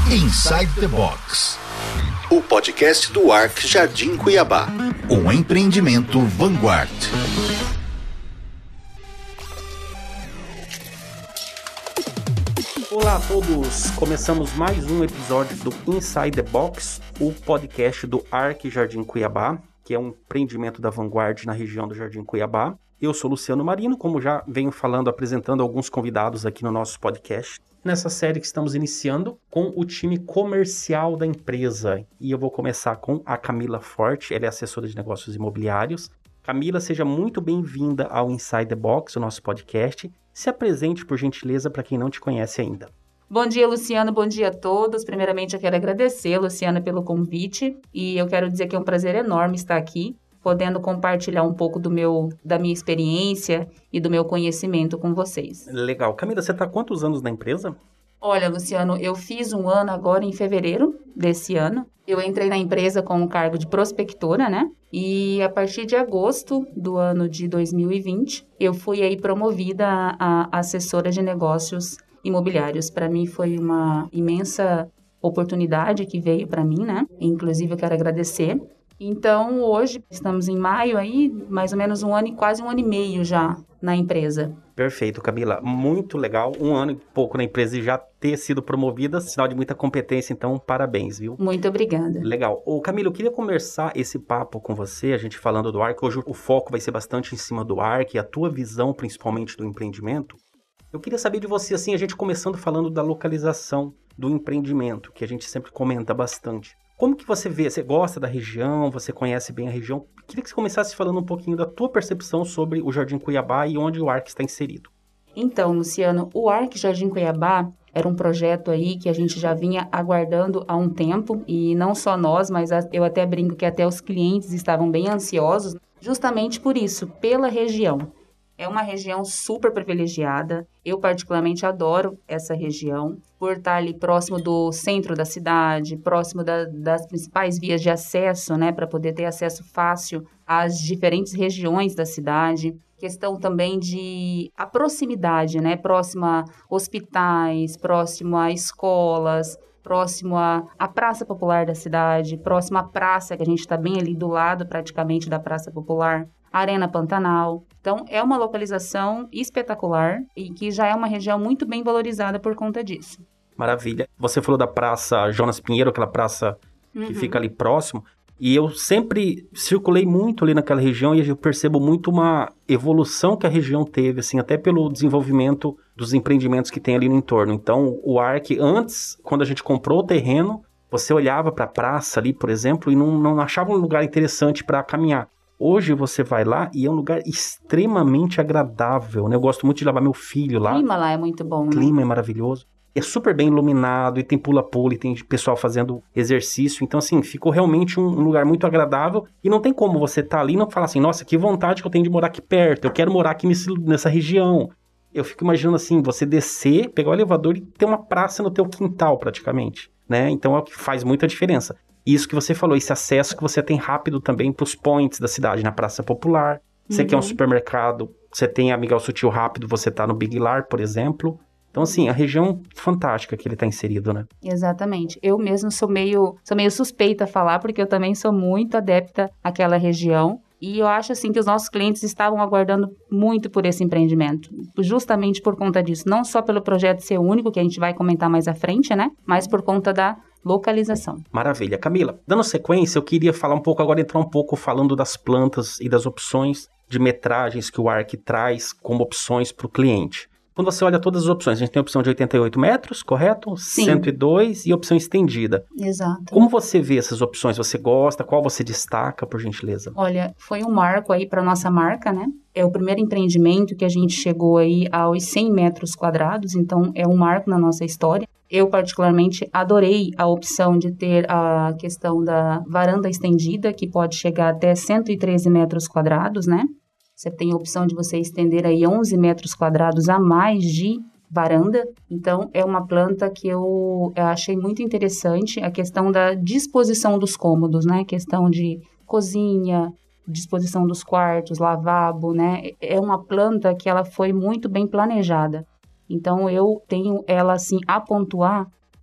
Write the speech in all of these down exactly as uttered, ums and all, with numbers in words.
Inside the Box, o podcast do Ark Jardim Cuiabá, um empreendimento Vanguard. Olá a todos, começamos mais um episódio do Inside the Box, o podcast do Ark Jardim Cuiabá, que é um empreendimento da Vanguard na região do Jardim Cuiabá. Eu sou Luciano Marino, como já venho falando, apresentando alguns convidados aqui no nosso podcast. Nessa série que estamos iniciando com o time comercial da empresa. E eu vou começar com a Camila Forte, ela é assessora de negócios imobiliários. Camila, seja muito bem-vinda ao Inside the Box, o nosso podcast. Se apresente, por gentileza, para quem não te conhece ainda. Bom dia, Luciano. Bom dia a todos. Primeiramente, eu quero agradecer, Luciana, pelo convite. E eu quero dizer que é um prazer enorme estar aqui, podendo compartilhar um pouco do meu, da minha experiência e do meu conhecimento com vocês. Legal. Camila, você está há quantos anos na empresa? Olha, Luciano, eu fiz um ano agora em fevereiro desse ano. Eu entrei na empresa com o cargo de prospectora, né? E a partir de agosto do ano de dois mil e vinte, eu fui aí promovida a, a assessora de negócios imobiliários. Para mim foi uma imensa oportunidade que veio para mim, né? Inclusive eu quero agradecer. Então, hoje, estamos em maio aí, mais ou menos um ano e quase um ano e meio já na empresa. Perfeito, Camila. Muito legal. Um ano e pouco na empresa e já ter sido promovida, sinal de muita competência, então parabéns, viu? Muito obrigada. Legal. Ô, Camila, eu queria começar esse papo com você, a gente falando do Ark. Hoje o foco vai ser bastante em cima do Ark e a tua visão, principalmente, do empreendimento. Eu queria saber de você, assim, a gente começando falando da localização do empreendimento, que a gente sempre comenta bastante. Como que você vê? Você gosta da região? Você conhece bem a região? Queria que você começasse falando um pouquinho da tua percepção sobre o Jardim Cuiabá e onde o Ark está inserido. Então, Luciano, o Ark Jardim Cuiabá era um projeto aí que a gente já vinha aguardando há um tempo, e não só nós, mas eu até brinco que até os clientes estavam bem ansiosos, justamente por isso, pela região. É uma região super privilegiada. Eu particularmente adoro essa região, por estar ali próximo do centro da cidade, próximo da, das principais vias de acesso, né, para poder ter acesso fácil às diferentes regiões da cidade. Questão também de a proximidade, né, próximo a hospitais, próximo a escolas, próximo à, à Praça Popular da cidade, próximo à praça, que a gente está bem ali do lado praticamente da Praça Popular. Arena Pantanal. Então, é uma localização espetacular e que já é uma região muito bem valorizada por conta disso. Maravilha. Você falou da Praça Jonas Pinheiro, aquela praça que uhum. fica ali próximo, e eu sempre circulei muito ali naquela região e eu percebo muito uma evolução que a região teve, assim, até pelo desenvolvimento dos empreendimentos que tem ali no entorno. Então, o Ark, antes, quando a gente comprou o terreno, você olhava para a praça ali, por exemplo, e não, não achava um lugar interessante para caminhar. Hoje você vai lá e é um lugar extremamente agradável, né? Eu gosto muito de levar meu filho lá. O clima lá é muito bom, né? O clima é maravilhoso. É super bem iluminado e tem pula-pula e tem pessoal fazendo exercício. Então, assim, ficou realmente um, um lugar muito agradável. E não tem como você estar tá ali e não falar assim, nossa, que vontade que eu tenho de morar aqui perto. Eu quero morar aqui nesse, nessa região. Eu fico imaginando assim, você descer, pegar o elevador e ter uma praça no teu quintal praticamente, né? Então é o que faz muita diferença. Isso que você falou, esse acesso que você tem rápido também para os points da cidade, na Praça Popular. Você uhum. quer um supermercado, você tem a Miguel Sutil rápido, você tá no Big Lar, por exemplo. Então, assim, a região fantástica que ele está inserido, né? Exatamente. Eu mesmo sou meio, sou meio suspeita a falar, porque eu também sou muito adepta àquela região. E eu acho, assim, que os nossos clientes estavam aguardando muito por esse empreendimento, justamente por conta disso. Não só pelo projeto ser único, que a gente vai comentar mais à frente, né? Mas por conta da localização. Maravilha. Camila, dando sequência, eu queria falar um pouco, agora entrar um pouco falando das plantas e das opções de metragens que o Ark traz como opções para o cliente. Quando você olha todas as opções, a gente tem a opção de oitenta e oito metros, correto? Sim. cento e dois e opção estendida. Exato. Como você vê essas opções? Você gosta? Qual você destaca, por gentileza? Olha, foi um marco aí para nossa marca, né? É o primeiro empreendimento que a gente chegou aí aos cem metros quadrados, então é um marco na nossa história. Eu, particularmente, adorei a opção de ter a questão da varanda estendida, que pode chegar até cento e treze metros quadrados, né? Você tem a opção de você estender aí onze metros quadrados a mais de varanda. Então, é uma planta que eu, eu achei muito interessante, a questão da disposição dos cômodos, né? Questão de cozinha, disposição dos quartos, lavabo, né? É uma planta que ela foi muito bem planejada. Então, eu tenho ela, assim, a pontuar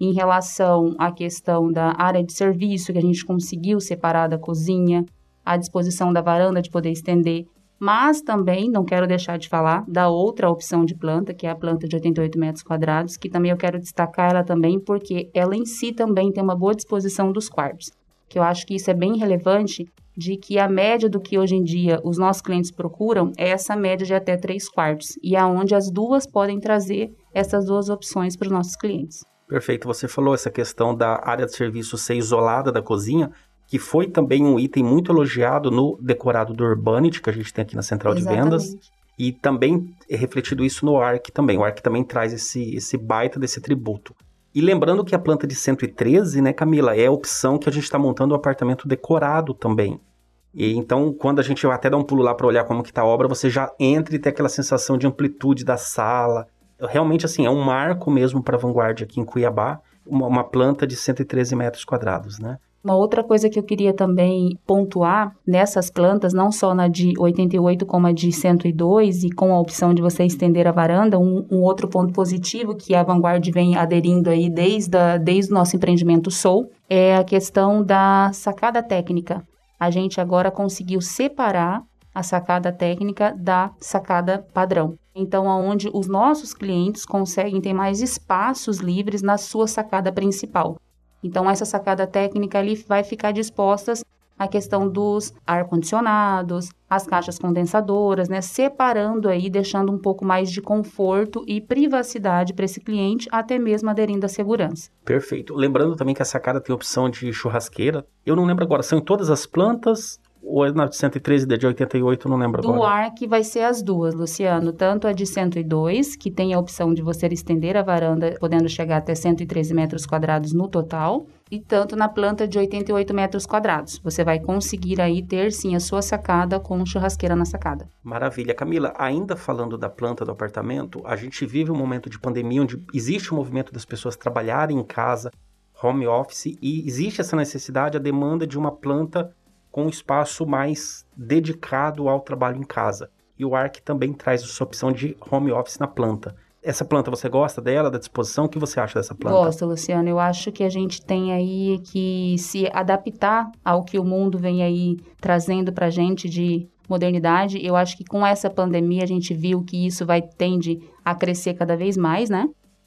em relação à questão da área de serviço, que a gente conseguiu separar da cozinha, à disposição da varanda de poder estender, mas também não quero deixar de falar da outra opção de planta, que é a planta de oitenta e oito metros quadrados, que também eu quero destacar ela também, porque ela em si também tem uma boa disposição dos quartos, que eu acho que isso é bem relevante, de que a média do que hoje em dia os nossos clientes procuram é essa média de até três quartos, e é onde as duas podem trazer essas duas opções para os nossos clientes. Perfeito, você falou essa questão da área de serviço ser isolada da cozinha, que foi também um item muito elogiado no decorado do Urbanity, que a gente tem aqui na Central Exatamente. de Vendas, e também é refletido isso no Arc também. O Arc também traz esse, esse baita desse tributo. E lembrando que a planta de cento e treze, né, Camila, é a opção que a gente está montando o apartamento decorado também. E então, quando a gente vai até dar um pulo lá para olhar como que está a obra, você já entra e tem aquela sensação de amplitude da sala. Realmente, assim, é um marco mesmo para a Vanguard aqui em Cuiabá, uma, uma planta de cento e treze metros quadrados, né? Uma outra coisa que eu queria também pontuar nessas plantas, não só na de oitenta e oito como a de cento e dois, e com a opção de você estender a varanda, um, um outro ponto positivo que a Vanguard vem aderindo aí desde, a, desde o nosso empreendimento Soul, é a questão da sacada técnica. A gente agora conseguiu separar a sacada técnica da sacada padrão. Então, onde os nossos clientes conseguem ter mais espaços livres na sua sacada principal. Então, essa sacada técnica ali vai ficar dispostas à questão dos ar-condicionados, as caixas condensadoras, né? Separando aí, deixando um pouco mais de conforto e privacidade para esse cliente, até mesmo aderindo à segurança. Perfeito. Lembrando também que a sacada tem opção de churrasqueira. Eu não lembro agora, são em todas as plantas? Ou é na de cento e treze e de oitenta e oito, eu não lembro agora. Do Arc vai ser as duas, Luciano. Tanto a de cento e dois, que tem a opção de você estender a varanda, podendo chegar até cento e treze metros quadrados no total, e tanto na planta de oitenta e oito metros quadrados. Você vai conseguir aí ter, sim, a sua sacada com churrasqueira na sacada. Maravilha. Camila, ainda falando da planta do apartamento, a gente vive um momento de pandemia onde existe um movimento das pessoas trabalharem em casa, home office, e existe essa necessidade, a demanda de uma planta com um espaço mais dedicado ao trabalho em casa. E o Arc também traz essa opção de home office na planta. Essa planta, você gosta dela, da disposição? O que você acha dessa planta? Gosto, Luciano. Eu acho que a gente tem aí que se adaptar ao que o mundo vem aí trazendo pra gente de modernidade. Eu acho que com essa pandemia a gente viu que isso vai tende a crescer cada vez mais, né?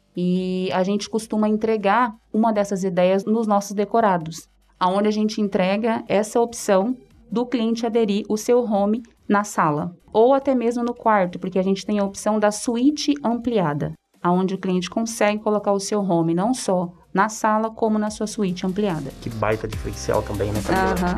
E a gente costuma entregar uma dessas ideias nos nossos decorados, onde a gente entrega essa opção do cliente aderir o seu home na sala, ou até mesmo no quarto, porque a gente tem a opção da suíte ampliada, onde o cliente consegue colocar o seu home não só na sala, como na sua suíte ampliada. Que baita diferencial também, né, Camila? Aham.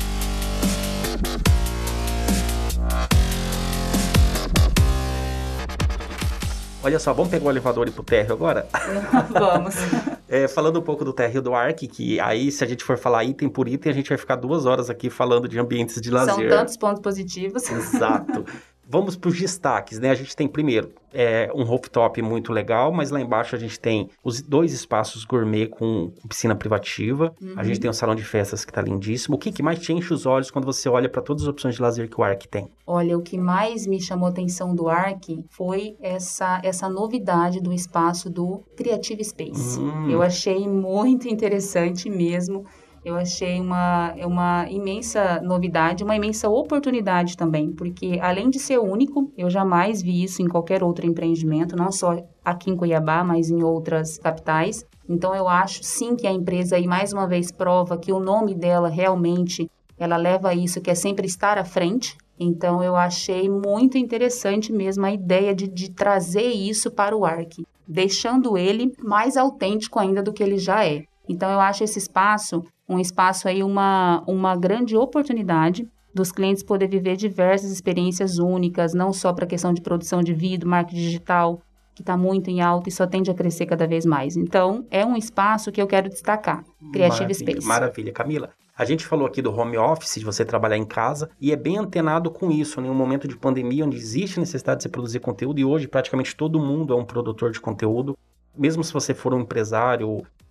Olha só, vamos pegar o elevador e ir pro térreo agora? Vamos. É, falando um pouco do térreo do Arc, que aí, se a gente for falar item por item, a gente vai ficar duas horas aqui falando de ambientes de lazer. São tantos pontos positivos. Exato. Vamos para os destaques, né? A gente tem, primeiro, é, um rooftop muito legal, mas lá embaixo a gente tem os dois espaços gourmet com piscina privativa. Uhum. A gente tem um salão de festas que está lindíssimo. O que, que mais te enche os olhos quando você olha para todas as opções de lazer que o Arc tem? Olha, o que mais me chamou a atenção do Arc foi essa, essa novidade do espaço do Creative Space. Hum. Eu achei muito interessante mesmo. Eu achei uma, uma imensa novidade, uma imensa oportunidade também, porque além de ser único, eu jamais vi isso em qualquer outro empreendimento, não só aqui em Cuiabá, mas em outras capitais. Então eu acho sim que a empresa aí mais uma vez prova que o nome dela realmente, ela leva a isso, que é sempre estar à frente. Então eu achei muito interessante mesmo a ideia de, de trazer isso para o Arc, deixando ele mais autêntico ainda do que ele já é. Então eu acho esse espaço um espaço aí, uma, uma grande oportunidade dos clientes poder viver diversas experiências únicas, não só para a questão de produção de vídeo, marketing digital, que está muito em alta e só tende a crescer cada vez mais. Então, é um espaço que eu quero destacar, Creative Maravilha, Space. Maravilha, Camila. A gente falou aqui do home office, de você trabalhar em casa, e é bem antenado com isso, em um momento de pandemia onde existe necessidade de você produzir conteúdo, e hoje praticamente todo mundo é um produtor de conteúdo. Mesmo se você for um empresário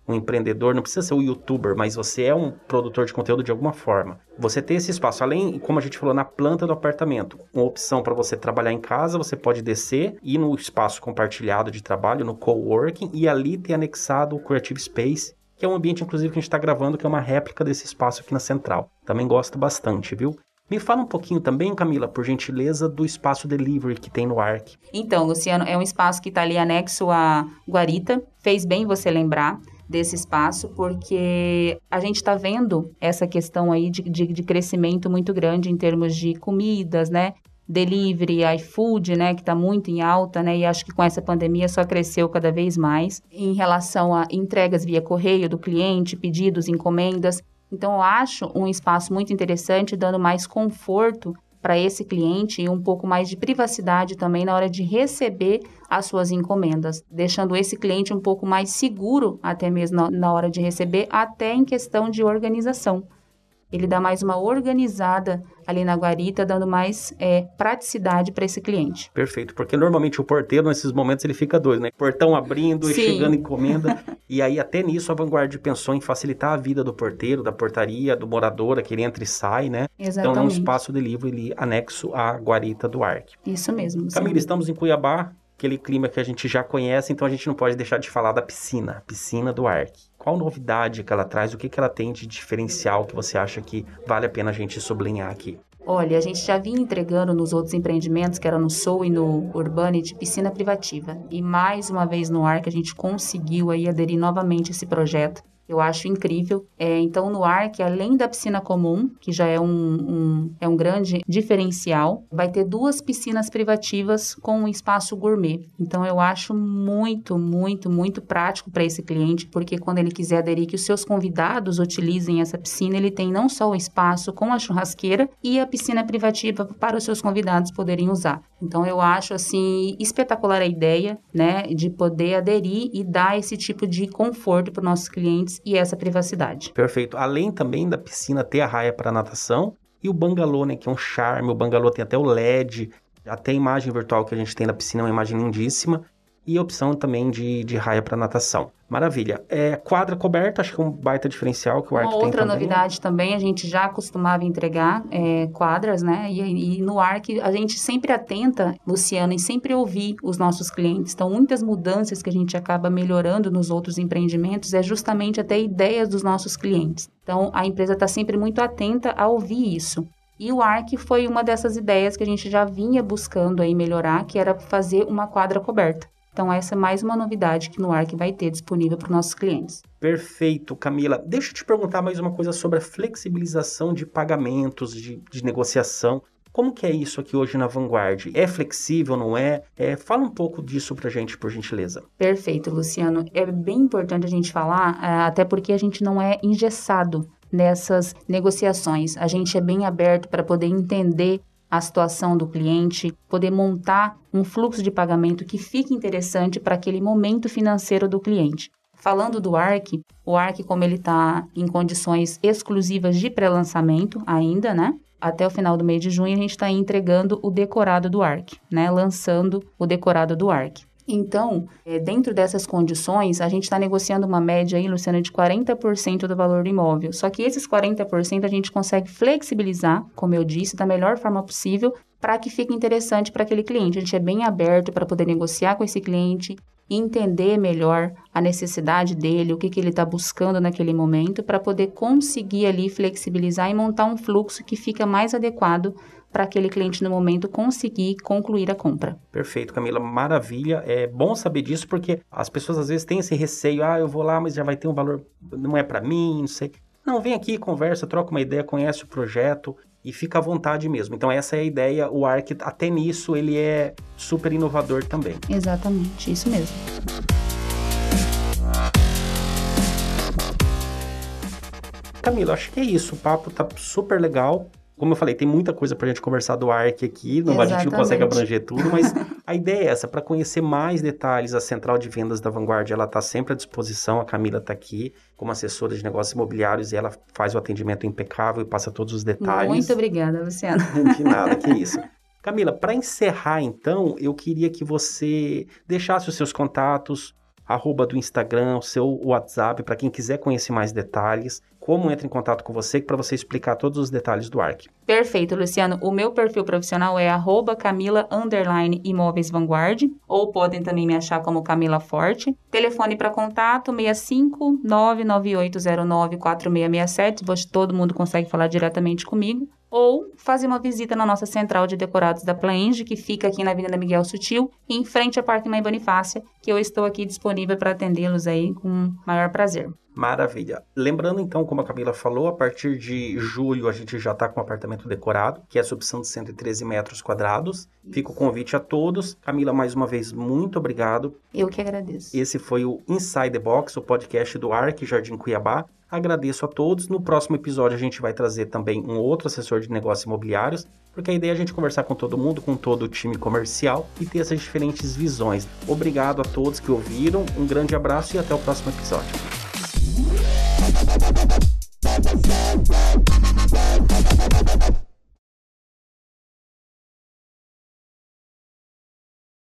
um empreendedor, não precisa ser um youtuber, mas você é um produtor de conteúdo de alguma forma. Você ter esse espaço, além, como a gente falou, na planta do apartamento, uma opção para você trabalhar em casa, você pode descer, ir no espaço compartilhado de trabalho, no coworking, e ali ter anexado o Creative Space, que é um ambiente, inclusive, que a gente está gravando, que é uma réplica desse espaço aqui na Central. Também gosto bastante, viu? Me fala um pouquinho também, Camila, por gentileza, do espaço delivery que tem no Ark. Então, Luciano, é um espaço que está ali anexo à guarita. Fez bem você lembrar desse espaço, porque a gente está vendo essa questão aí de, de, de crescimento muito grande em termos de comidas, né? Delivery, iFood, né, que está muito em alta, né, e acho que com essa pandemia só cresceu cada vez mais em relação a entregas via correio do cliente, pedidos, encomendas. Então, eu acho um espaço muito interessante, dando mais conforto para esse cliente e um pouco mais de privacidade também na hora de receber as suas encomendas, deixando esse cliente um pouco mais seguro até mesmo na, na hora de receber, até em questão de organização. Ele dá mais uma organizada ali na guarita, dando mais é, praticidade para esse cliente. Perfeito, porque normalmente o porteiro, nesses momentos, ele fica doido, né? Portão abrindo e chegando encomenda. E aí, até nisso, a Vanguard pensou em facilitar a vida do porteiro, da portaria, do morador, que ele entra e sai, né? Exatamente. Então, é um espaço delivery anexo à guarita do Ark. Isso mesmo. Camila, estamos em Cuiabá, aquele clima que a gente já conhece, então a gente não pode deixar de falar da piscina, a piscina do Ark. Qual novidade que ela traz, o que, que ela tem de diferencial que você acha que vale a pena a gente sublinhar aqui? Olha, a gente já vinha entregando nos outros empreendimentos, que era no Soul e no Urbanity, piscina privativa. E mais uma vez no Ark a gente conseguiu aí aderir novamente a esse projeto. Eu acho incrível. É, então, no Ark, além da piscina comum, que já é um, um, é um grande diferencial, vai ter duas piscinas privativas com um espaço gourmet. Então, eu acho muito, muito, muito prático para esse cliente, porque quando ele quiser aderir que os seus convidados utilizem essa piscina, ele tem não só o espaço com a churrasqueira e a piscina privativa para os seus convidados poderem usar. Então, eu acho, assim, espetacular a ideia, né, de poder aderir e dar esse tipo de conforto para os nossos clientes e essa privacidade. Perfeito. Além também da piscina ter a raia para natação e o bangalô, né, que é um charme. O bangalô tem até o L E D, até a imagem virtual que a gente tem na piscina é uma imagem lindíssima. E a opção também de, de raia para natação. Maravilha. É, quadra coberta, acho que é um baita diferencial que o Ark tem também. Outra novidade também, a gente já costumava entregar é, quadras, né? E, e no Ark a gente sempre atenta, Luciano, e sempre ouvir os nossos clientes. Então, muitas mudanças que a gente acaba melhorando nos outros empreendimentos é justamente até ideias dos nossos clientes. Então, a empresa está sempre muito atenta a ouvir isso. E o Ark foi uma dessas ideias que a gente já vinha buscando aí melhorar, que era fazer uma quadra coberta. Então, essa é mais uma novidade que no Ark vai ter disponível para os nossos clientes. Perfeito, Camila. Deixa eu te perguntar mais uma coisa sobre a flexibilização de pagamentos, de, de negociação. Como que é isso aqui hoje na Vanguard? É flexível, não é? é? Fala um pouco disso pra gente, por gentileza. Perfeito, Luciano. É bem importante a gente falar, até porque a gente não é engessado nessas negociações. A gente é bem aberto para poder entender a situação do cliente, poder montar um fluxo de pagamento que fique interessante para aquele momento financeiro do cliente. Falando do Ark, o Ark, como ele está em condições exclusivas de pré-lançamento ainda, né? Até o final do mês de junho, a gente está entregando o decorado do Ark, né? Lançando o decorado do Ark. Então, é, dentro dessas condições, a gente está negociando uma média aí, Luciana, de quarenta por cento do valor do imóvel. Só que esses quarenta por cento a gente consegue flexibilizar, como eu disse, da melhor forma possível, para que fique interessante para aquele cliente. A gente é bem aberto para poder negociar com esse cliente, entender melhor a necessidade dele, o que, que ele está buscando naquele momento, para poder conseguir ali flexibilizar e montar um fluxo que fica mais adequado para aquele cliente no momento conseguir concluir a compra. Perfeito, Camila, maravilha. É bom saber disso porque as pessoas às vezes têm esse receio, ah, eu vou lá, mas já vai ter um valor, não é para mim, não sei. Não, vem aqui, conversa, troca uma ideia, conhece o projeto e fica à vontade mesmo. Então essa é a ideia, o Ark, até nisso, ele é super inovador também. Exatamente, isso mesmo. Camila, acho que é isso, o papo tá super legal. Como eu falei, tem muita coisa pra gente conversar do Ark aqui, não, a gente não consegue abranger tudo, mas a ideia é essa, para conhecer mais detalhes, a central de vendas da Vanguard, ela tá sempre à disposição, a Camila tá aqui como assessora de negócios imobiliários e ela faz o atendimento impecável e passa todos os detalhes. Muito obrigada, Luciano. De nada, que isso. Camila, para encerrar então, eu queria que você deixasse os seus contatos, arroba do Instagram, o seu WhatsApp, para quem quiser conhecer mais detalhes, como entra em contato com você, para você explicar todos os detalhes do Ark. Perfeito, Luciano. O meu perfil profissional é arroba Camila underline Imóveis Vanguard, ou podem também me achar como Camila Forte. Telefone para contato seis cinco nove nove oito zero nove quatro seis seis sete, todo mundo consegue falar diretamente comigo. Ou fazer uma visita na nossa central de decorados da Plaenge, que fica aqui na Avenida Miguel Sutil, em frente ao Parque Mãe Bonifácia, que eu estou aqui disponível para atendê-los aí com maior prazer. Maravilha. Lembrando então, como a Camila falou, a partir de julho a gente já está com um apartamento decorado, que é a opção de cento e treze metros quadrados. Fica o convite a todos. Camila, mais uma vez, muito obrigado. Eu que agradeço. Esse foi o Inside the Box, o podcast do Ark Jardim Cuiabá. Agradeço a todos. No próximo episódio a gente vai trazer também um outro assessor de negócios imobiliários, porque a ideia é a gente conversar com todo mundo, com todo o time comercial e ter essas diferentes visões. Obrigado a todos que ouviram, um grande abraço e até o próximo episódio.